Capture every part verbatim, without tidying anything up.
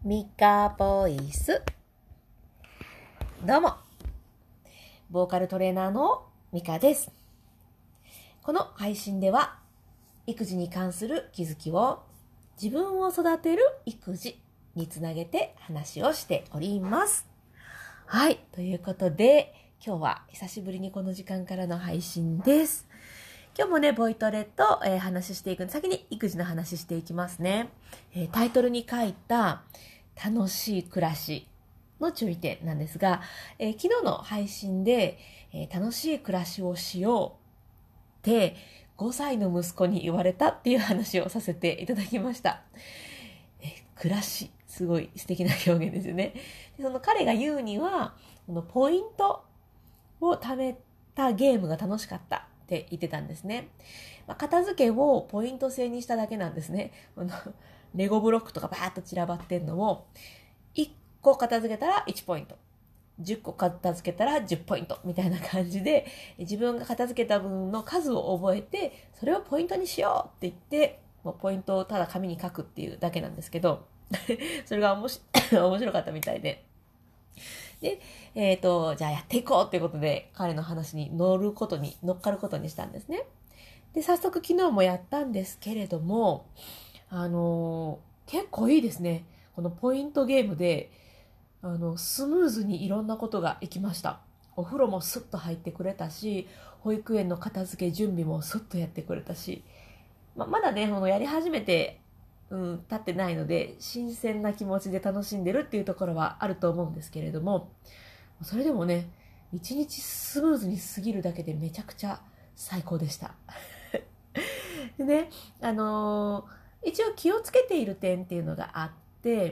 ミカボイス。どうも、ボーカルトレーナーのミカです。この配信では、育児に関する気づきを自分を育てる育児につなげて話をしております。はい、ということで、今日は久しぶりにこの時間からの配信です。今日もね、ボイトレと、えー、話していくので、先に育児の話していきますね。えー、タイトルに書いた楽しい暮らしの注意点なんですが、えー、昨日の配信で、えー、楽しい暮らしをしようってごさいの息子に言われたっていう話をさせていただきました。えー、暮らし、すごい素敵な表現ですよね。でその彼が言うには、このポイントを貯めたゲームが楽しかったって言ってたんですね。まあ、片付けをポイント制にしただけなんですね。このレゴブロックとかバーッと散らばってんのをいっこ片付けたらいちポイント、じゅっこ片付けたらじゅっポイントみたいな感じで、自分が片付けた分の数を覚えてそれをポイントにしようって言って、もうポイントをただ紙に書くっていうだけなんですけどそれが面白かったみたいで、で、えっと、じゃあやっていこうということで、彼の話に乗ることに、乗っかることにしたんですね。で、早速昨日もやったんですけれども、あのー、結構いいですね。このポイントゲームで、あの、スムーズにいろんなことがいきました。お風呂もスッと入ってくれたし、保育園の片付け準備もスッとやってくれたし、ま、まだね、このやり始めて、うん、経ってないので、新鮮な気持ちで楽しんでるっていうところはあると思うんですけれども、それでもね、一日スムーズに過ぎるだけでめちゃくちゃ最高でした。でね、あのー、一応気をつけている点っていうのがあって、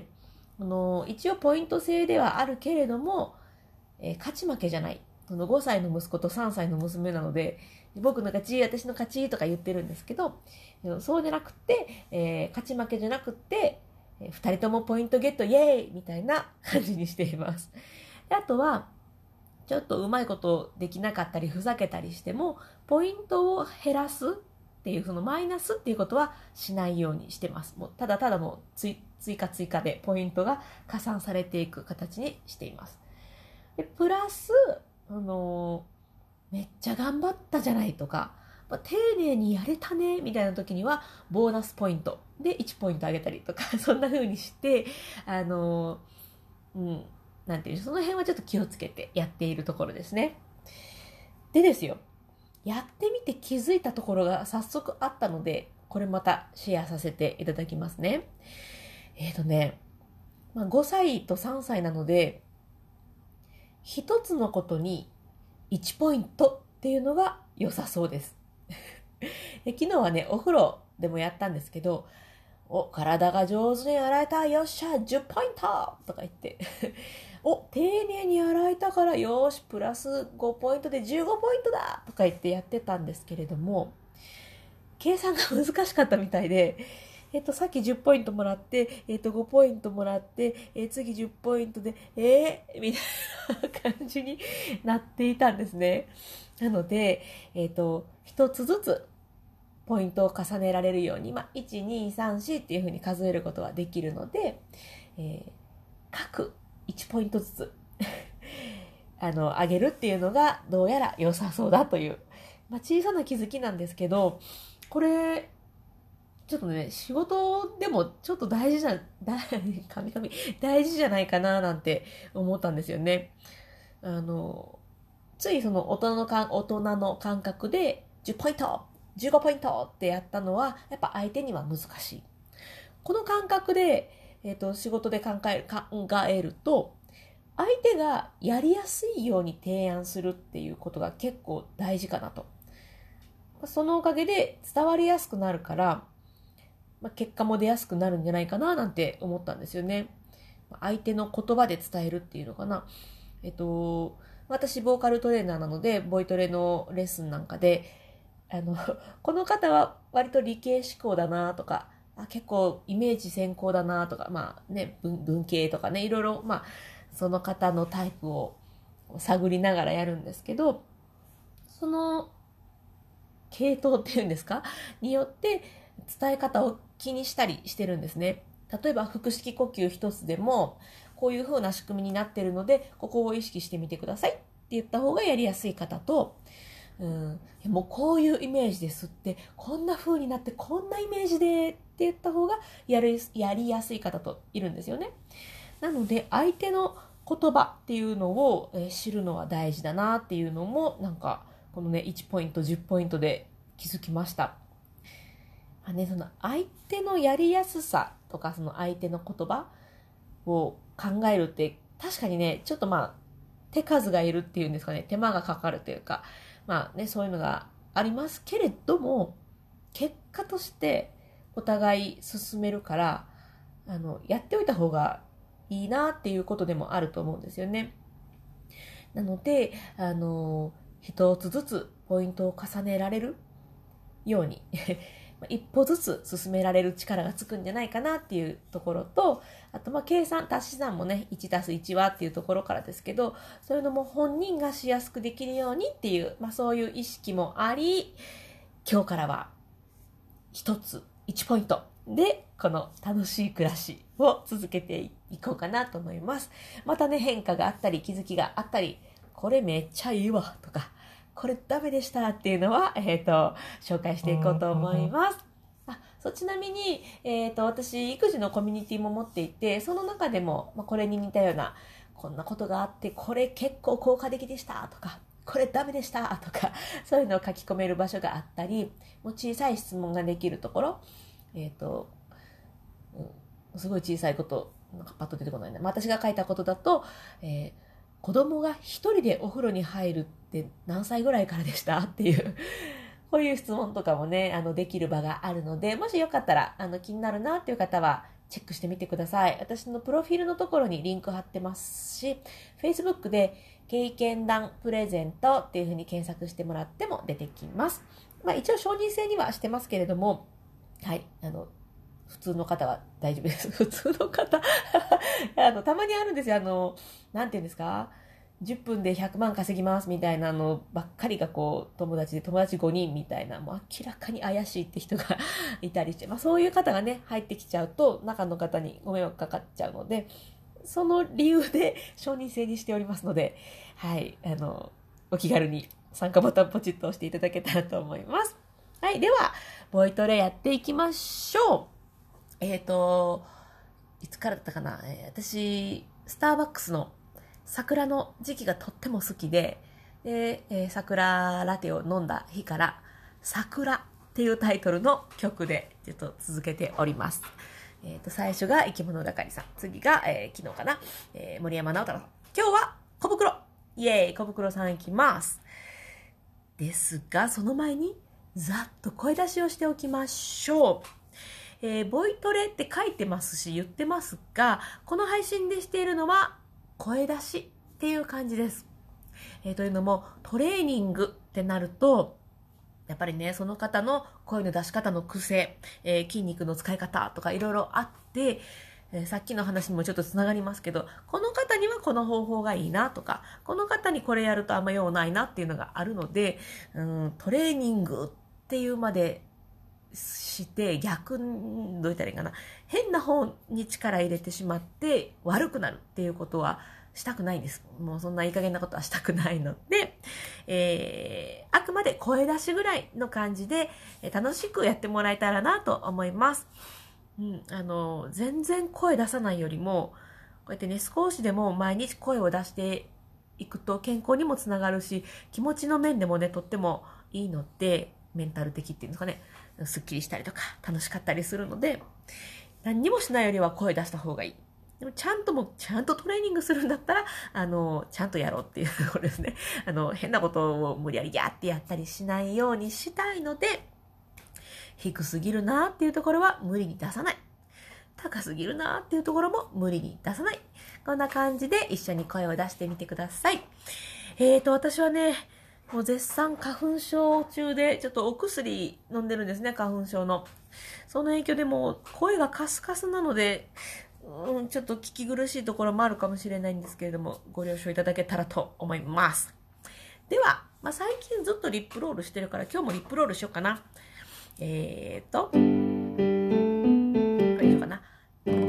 あのー、一応ポイント制ではあるけれども、えー、勝ち負けじゃない。そのごさいの息子とさんさいの娘なので、僕の勝ち、私の勝ちとか言ってるんですけど、そうじゃなくて、えー、勝ち負けじゃなくて、ふたりともポイントゲットイエーイみたいな感じにしています。であとは、ちょっとうまいことできなかったりふざけたりしても、ポイントを減らすっていう、そのマイナスっていうことはしないようにしてます。もうただただもう追加追加でポイントが加算されていく形にしています。でプラス、あのー、めっちゃ頑張ったじゃないとか、まあ、丁寧にやれたねみたいな時にはボーナスポイントでいちポイントあげたりとかそんな風にして、あのー、うんなんていう、その辺はちょっと気をつけてやっているところですね。でですよ、やってみて気づいたところが早速あったので、これまたシェアさせていただきますね。えっとね、まあ、ごさいとさんさいなので、一つのことにいちポイントっていうのが良さそうです。で昨日はね、お風呂でもやったんですけど、お、体が上手に洗えた、よっしゃ、じゅうポイントとか言ってお、丁寧に洗えたからよし、プラスごポイントでじゅうごポイントだとか言ってやってたんですけれども、計算が難しかったみたいで、えっと、さっきじゅうポイントもらって、えっと、ごポイントもらって、えー、次じゅうポイントで、えー、みたいな感じになっていたんですね。なので、えっと、一つずつポイントを重ねられるように、まあ、いち、に、さん、よんっていうふうに数えることはできるので、えー、各いちポイントずつあの上げるっていうのがどうやら良さそうだという、まあ、小さな気づきなんですけど、これちょっとね、仕事でもちょっと大事じゃ、神々大事じゃないかななんて思ったんですよね。あの、ついその大人のか大人の感覚でじゅうポイント、じゅうごポイントってやったのは、やっぱ相手には難しい。この感覚で、えっと、仕事で考える、考えると、相手がやりやすいように提案するっていうことが結構大事かなと。そのおかげで伝わりやすくなるから、まあ、結果も出やすくなるんじゃないかななんて思ったんですよね。相手の言葉で伝えるっていうのかな。えっと、私ボーカルトレーナーなので、ボイトレのレッスンなんかで、あの、この方は割と理系思考だなとか、あ結構イメージ先行だなとか、まあね、文、文系とかね、いろいろ、まあ、その方のタイプを探りながらやるんですけど、その系統っていうんですかによって伝え方を気にしたりしてるんですね。 例えば腹式呼吸一つでも、こういう風な仕組みになっているので、ここを意識してみてくださいって言った方がやりやすい方と、うん、もうこういうイメージですって、こんな風になってこんなイメージでって言った方がやり、やりやすい方といるんですよね。なので相手の言葉っていうのを知るのは大事だなっていうのも、なんかこのねいちポイントじゅうポイントで気づきました。まあね、その相手のやりやすさとか、その相手の言葉を考えるって確かにね、ちょっとまあ手数がいるっていうんですかね、手間がかかるというか、まあね、そういうのがありますけれども、結果としてお互い進めるから、あのやっておいた方がいいなっていうことでもあると思うんですよね。なので、あの一つずつポイントを重ねられるように一歩ずつ進められる力がつくんじゃないかなっていうところと、あとまあ計算、足し算もね、いちたすいちはっていうところからですけど、そういうのも本人がしやすくできるようにっていう、まあそういう意識もあり、今日からは一ついちポイントでこの楽しい暮らしを続けていこうかなと思います。またね、変化があったり気づきがあったり、これめっちゃいいわとか、これダメでしたっていうのは、えっと、紹介していこうと思います。あ、そう、ちなみに、えっと、私、育児のコミュニティも持っていて、その中でも、まあ、これに似たような、こんなことがあって、これ結構効果的でしたとか、これダメでしたとか、そういうのを書き込める場所があったり、もう小さい質問ができるところ、えっと、うん、すごい小さいこと、なんかパッと出てこないな。まあ、私が書いたことだと、えー子供が一人でお風呂に入るって何歳ぐらいからでしたっていう、こういう質問とかもね、あの、できる場があるので、もしよかったら、あの、気になるなっていう方は、チェックしてみてください。私のプロフィールのところにリンク貼ってますし、Facebook で、経験談プレゼントっていう風に検索してもらっても出てきます。まあ、一応承認制にはしてますけれども、はい、あの、普通の方は大丈夫です。普通の方あの、たまにあるんですよ。あの、なんていうんですか、じゅっぷんでひゃくまん稼ぎますみたいなのばっかりがこう、友達で友達ごにんみたいな、もう明らかに怪しいって人がいたりして、まあそういう方がね、入ってきちゃうと、中の方にご迷惑かかっちゃうので、その理由で承認制にしておりますので、はい、あの、お気軽に参加ボタンポチッと押していただけたらと思います。はい、では、ボイトレやっていきましょう。えっと、いつからだったかな、えー、私、スターバックスの桜の時期がとっても好きで、で、えー、桜ラテを飲んだ日から、桜っていうタイトルの曲でちょっと続けております。えっと、最初が生き物係さん、次が、えー、昨日かな、えー、森山直太朗さん。今日は小袋イエーイ小袋さんいきます。ですが、その前に、ざっと声出しをしておきましょう。えー、ボイトレって書いてますし言ってますが、この配信でしているのは声出しっていう感じです。えー、というのもトレーニングってなると、やっぱりね、その方の声の出し方の癖、えー、筋肉の使い方とかいろいろあって、えー、さっきの話にもちょっとつながりますけど、この方にはこの方法がいいなとか、この方にこれやるとあんま用ないなっていうのがあるので、うん、トレーニングっていうまでして逆にどう言ったらいいかな、変な方に力入れてしまって悪くなるっていうことはしたくないんです。もうそんないい加減なことはしたくないので、えー、あくまで声出しぐらいの感じで楽しくやってもらえたらなと思います。うん、あの全然声出さないよりもこうやってね、少しでも毎日声を出していくと健康にもつながるし、気持ちの面でもねとってもいいので、メンタル的っていうんですかね、すっきりしたりとか楽しかったりするので、何にもしないよりは声出した方がいい。でもちゃんともちゃんとトレーニングするんだったら、あのちゃんとやろうっていうところですね。あの変なことを無理やりやってやったりしないようにしたいので、低すぎるなっていうところは無理に出さない。高すぎるなっていうところも無理に出さない。こんな感じで一緒に声を出してみてください。えーと私はね、もう絶賛花粉症中で、ちょっとお薬飲んでるんですね、花粉症の。その影響でもう声がカスカスなので、うん、ちょっと聞き苦しいところもあるかもしれないんですけれども、ご了承いただけたらと思います。では、まあ、最近ずっとリップロールしてるから、今日もリップロールしようかな。えーと、これにしようかな。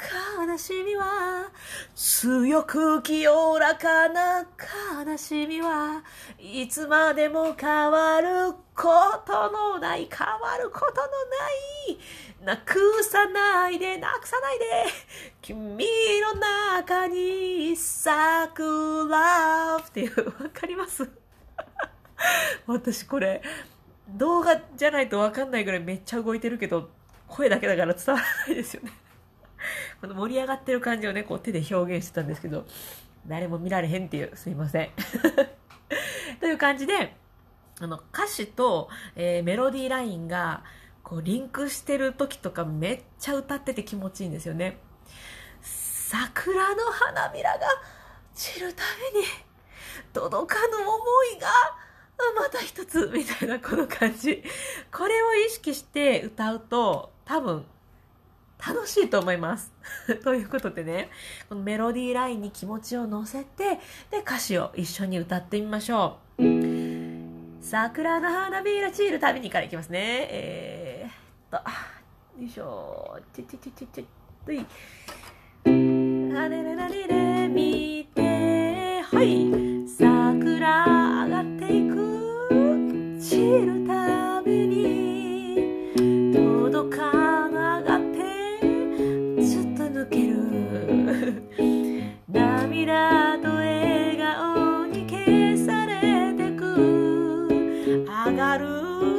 悲しみは強く清らかな悲しみはいつまでも変わることのない変わることのないなくさないでなくさないで君の中に咲く love っていうわかります私これ動画じゃないとわかんないぐらいめっちゃ動いてるけど声だけだから伝わらないですよねこの盛り上がってる感じをねこう手で表現してたんですけど誰も見られへんっていうすいませんという感じであの歌詞と、えー、メロディーラインがこうリンクしてる時とかめっちゃ歌ってて気持ちいいんですよね。桜の花びらが散るたびに届かぬ思いがまた一つみたいなこの感じこれを意識して歌うと多分楽しいと思いますということでねこのメロディーラインに気持ちを乗せてで歌詞を一緒に歌ってみましょう。桜の花びら散るたびにからいきますね。えー、っとよいしょちょちょちょちょちょといあれれれれれ見てはい桜上がっていく散るたびに届かな上がってずっと抜ける涙と笑顔に消されてく上がる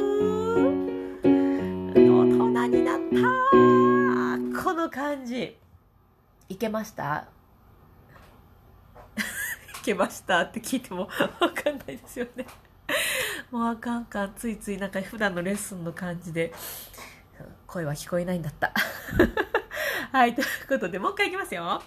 大人になったこの感じいけましたいけましたって聞いてもわかんないですよねもうあかんかんついついなんか普段のレッスンの感じで声は聞こえないんだったはいということでもう一回いきますよ。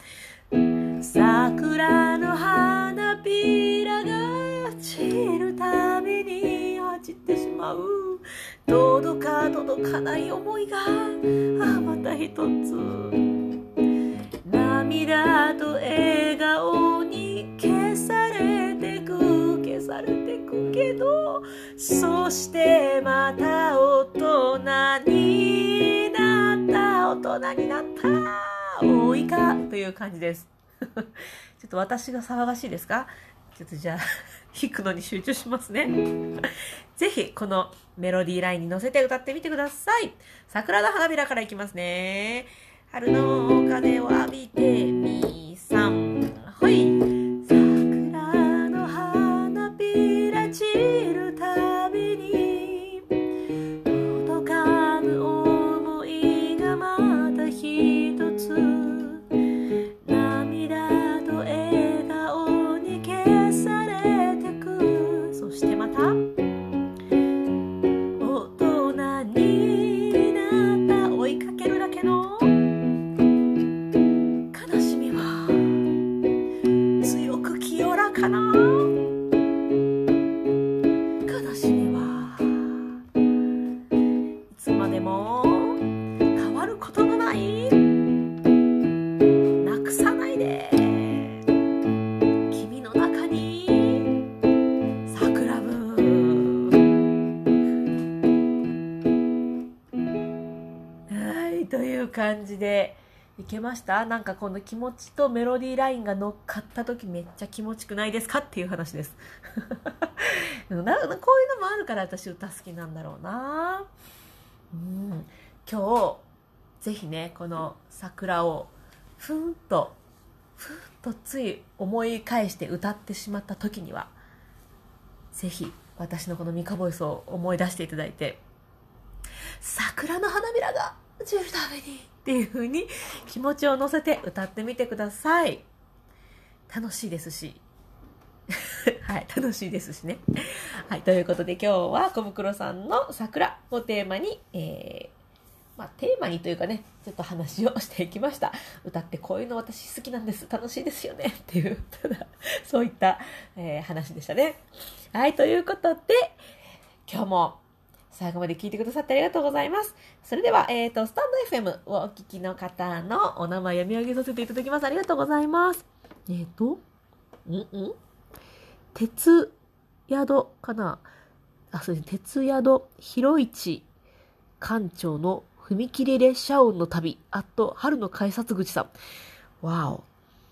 桜の花びらが散るたびに散ってしまう届か届かない思いがあまた一つ涙と笑顔に消されてく消されてくけどそしてまた大人になった大人になった多いかという感じですちょっと私が騒がしいですか。ちょっとじゃあ弾くのに集中しますねぜひこのメロディーラインに乗せて歌ってみてください。桜の花びらからいきますね。春の風を浴びてみさんほい桜の花びら散るたびに届かぬ思いがまた一つ涙と笑顔に消されてくそしてまた大人になった追いかけるだけのかな悲しみはいつまでも変わることのないなくさないで君の中に桜ぶはいという感じでいけました？なんかこの気持ちとメロディーラインが乗っかった時めっちゃ気持ちくないですかっていう話ですなこういうのもあるから私歌好きなんだろうな。うん今日ぜひねこの桜をふんとふんとつい思い返して歌ってしまった時にはぜひ私のこのミカボイスを思い出していただいて桜の花びらが散るためにっていう風に気持ちを乗せて歌ってみてください。楽しいですしはい楽しいですしね。はいということで今日は小袋さんの桜をテーマに、えーまあ、テーマにというかねちょっと話をしていきました。歌ってこういうの私好きなんです楽しいですよねっていうただそういった、えー、話でしたね。はいということで今日も最後まで聞いてくださってありがとうございます。それでは、えっと、スタンド エフエム をお聞きの方のお名前読み上げさせていただきます。ありがとうございます。えっと、んん鉄宿かなあ、そうですね。鉄宿広市館長の踏切列車音の旅、あと、春の改札口さん。わお。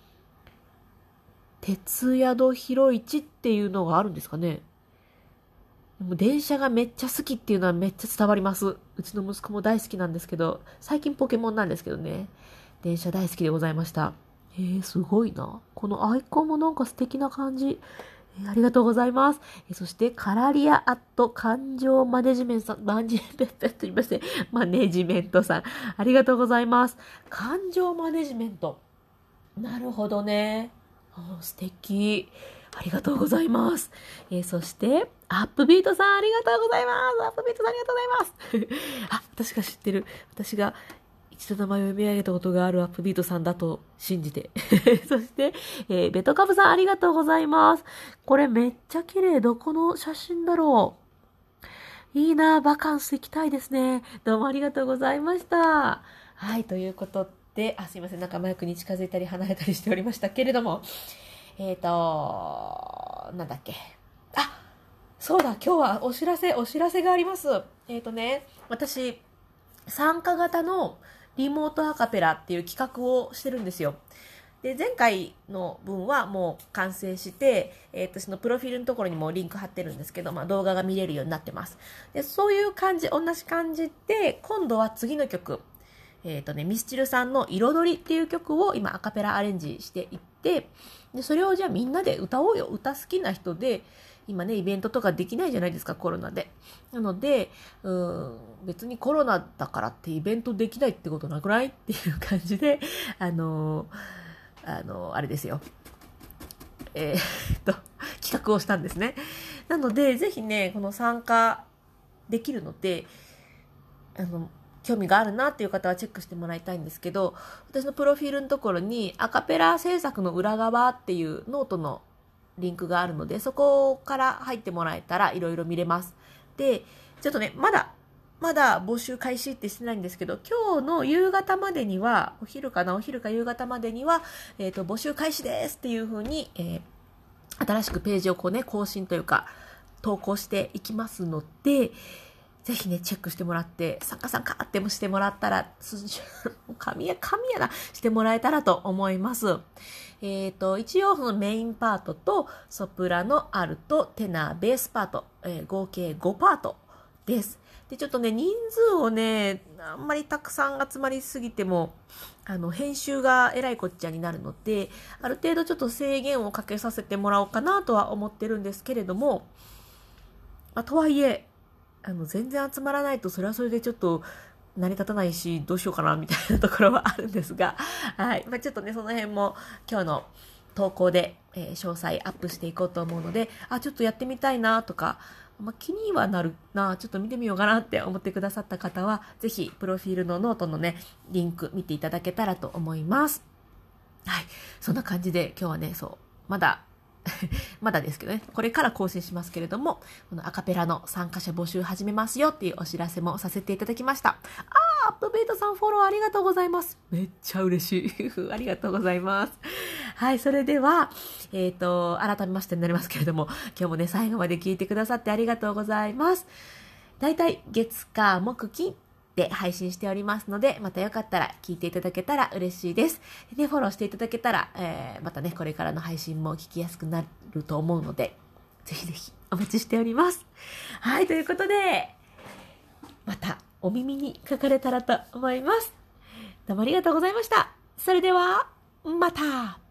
鉄宿広市っていうのがあるんですかね。でも電車がめっちゃ好きっていうのはめっちゃ伝わります。うちの息子も大好きなんですけど、最近ポケモンなんですけどね。電車大好きでございました。えー、すごいな。このアイコンもなんか素敵な感じ。えー、ありがとうございます。えー、そして、カラリアアット感情マネジメントさん、マネジメントと言いまして、マネジメントさん。ありがとうございます。感情マネジメント。なるほどね。あー、素敵。ありがとうございます。えー、そして、アップビートさん、ありがとうございます。アップビートさん、ありがとうございます。あ、私が知ってる。私が一度名前を読み上げたことがあるアップビートさんだと信じて。そして、えー、ベトカブさん、ありがとうございます。これめっちゃ綺麗。どこの写真だろう。いいな、バカンス行きたいですね。どうもありがとうございました。はい、ということで、あ、すいません。なんかマイクに近づいたり離れたりしておりましたけれども。えっと、なんだっけ。あ、そうだ、今日はお知らせ、お知らせがあります。えっとね、私、参加型のリモートアカペラっていう企画をしてるんですよ。で、前回の分はもう完成して、えっと、そのプロフィールのところにもリンク貼ってるんですけど、まあ動画が見れるようになってます。で、そういう感じ、同じ感じで、今度は次の曲、えっとね、ミスチルさんの彩りっていう曲を今アカペラアレンジしていって、で、それをじゃあみんなで歌おうよ。歌好きな人で、今ね、イベントとかできないじゃないですか、コロナで。なので、うーん、別にコロナだからってイベントできないってことなくないっていう感じで、あのー、あのー、あれですよ。えー、っと、企画をしたんですね。なので、ぜひね、この参加できるので、あの、興味があるなっていう方はチェックしてもらいたいんですけど、私のプロフィールのところにアカペラ制作の裏側っていうノートのリンクがあるので、そこから入ってもらえたらいろいろ見れます。で、ちょっとね、まだ、まだ募集開始ってしてないんですけど、今日の夕方までには、お昼かな、お昼か夕方までには、えっと、募集開始ですっていう風に、えー、新しくページをこうね、更新というか、投稿していきますので、ぜひね、チェックしてもらって、参加参加ってもしてもらったら、神や神やな、してもらえたらと思います。えっと、一応そのメインパートと、ソプラノ、アルト、テナー、ベースパート、えー、合計ごパートです。で、ちょっとね、人数をね、あんまりたくさん集まりすぎても、あの、編集がえらいこっちゃになるので、ある程度ちょっと制限をかけさせてもらおうかなとは思ってるんですけれども、まあ、とはいえ、あの、全然集まらないと、それはそれでちょっと成り立たないし、どうしようかな、みたいなところはあるんですが、はい。まあ、ちょっとね、その辺も今日の投稿で、えー、詳細アップしていこうと思うので、あ、ちょっとやってみたいな、とか、まあ、気にはなるな、ちょっと見てみようかなって思ってくださった方は、ぜひ、プロフィールのノートのね、リンク見ていただけたらと思います。はい。そんな感じで、今日はね、そう、まだ、まだですけどね、これから更新しますけれども、このアカペラの参加者募集始めますよっていうお知らせもさせていただきました。あー、アップベイトさんフォローありがとうございます。めっちゃ嬉しい。ありがとうございます。はい、それでは、えっと、改めましてになりますけれども、今日もね、最後まで聞いてくださってありがとうございます。だいたい月火木金で配信しておりますので、またよかったら聞いていただけたら嬉しいです。で、フォローしていただけたら、えー、またね、これからの配信も聞きやすくなると思うので、ぜひぜひお待ちしております。はい、ということで、またお耳にかかれたらと思います。どうもありがとうございました。それでは、また。